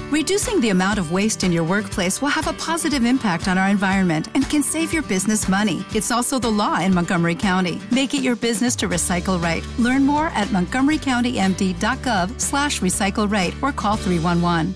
Reducing the amount of waste in your workplace will have a positive impact on our environment and can save your business money. It's also the law in Montgomery County. Make it your business to recycle right. Learn more at montgomerycountymd.gov/recycle right or call 311.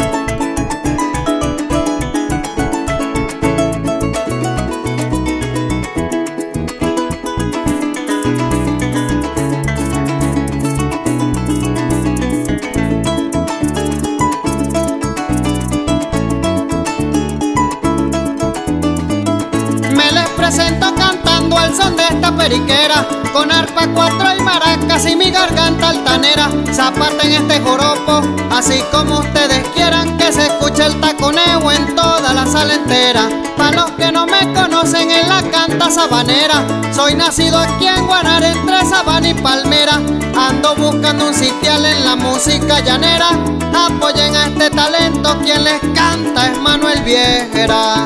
Presento cantando al son de esta periquera, con arpa, cuatro y maracas y mi garganta altanera. Zapaten este joropo, así como ustedes quieran, que se escuche el taconeo en toda la sala entera. Pa' los que no me conocen, en la canta sabanera. Soy nacido aquí en Guanare, entre Sabana y Palmera. Ando buscando un sitial en la música llanera. Apoyen a este talento, quien les canta es Manuel Viejera.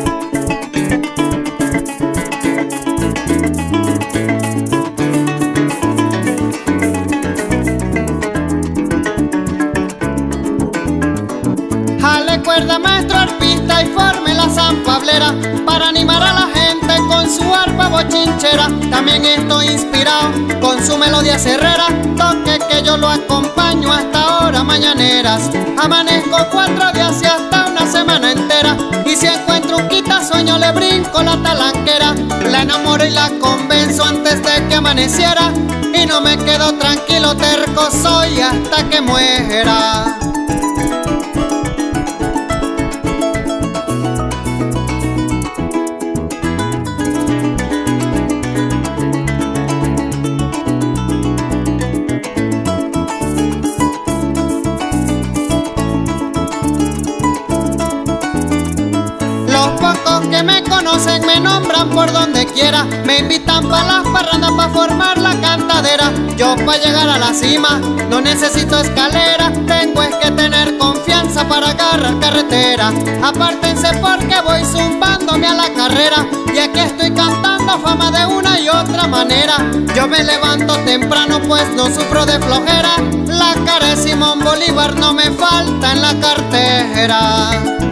Jale cuerda, maestro arpista, y forme la zampablera para animar a la gente con su arpa bochinchera. También estoy inspirado con su melodía cerrera, toque que yo lo acompaño hasta horas mañaneras. Amanezco 4 días y hasta una semana entera, y si encuentro un quitasueño le brinco la talanquera. La enamoro y la convenzo antes de que amaneciera, y no me quedo tranquilo, terco soy hasta que muera. Que me conocen me nombran por donde quiera, me invitan pa' las parrandas pa' formar la cantadera. Yo pa' llegar a la cima no necesito escalera, tengo es que tener confianza para agarrar carretera. Apártense porque voy zumbándome a la carrera, y aquí estoy cantando fama de una y otra manera. Yo me levanto temprano pues no sufro de flojera, la cara de Simón Bolívar no me falta en la cartera.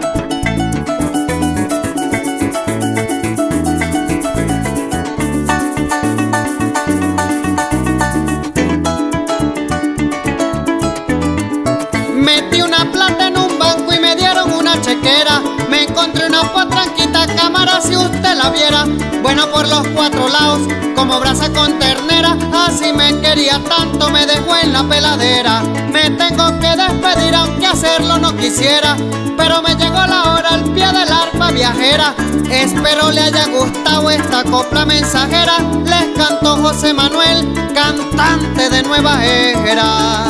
Metí una plata en un banco y me dieron una chequera. Me encontré una potranquita, cámara si usted la viera. Buena por los 4 lados, como brasa con ternera. Así me quería tanto, me dejó en la peladera. Me tengo que despedir aunque hacerlo no quisiera, pero me llegó la hora al pie del arpa viajera. Espero le haya gustado esta copla mensajera. Les cantó José Manuel, cantante de nueva era.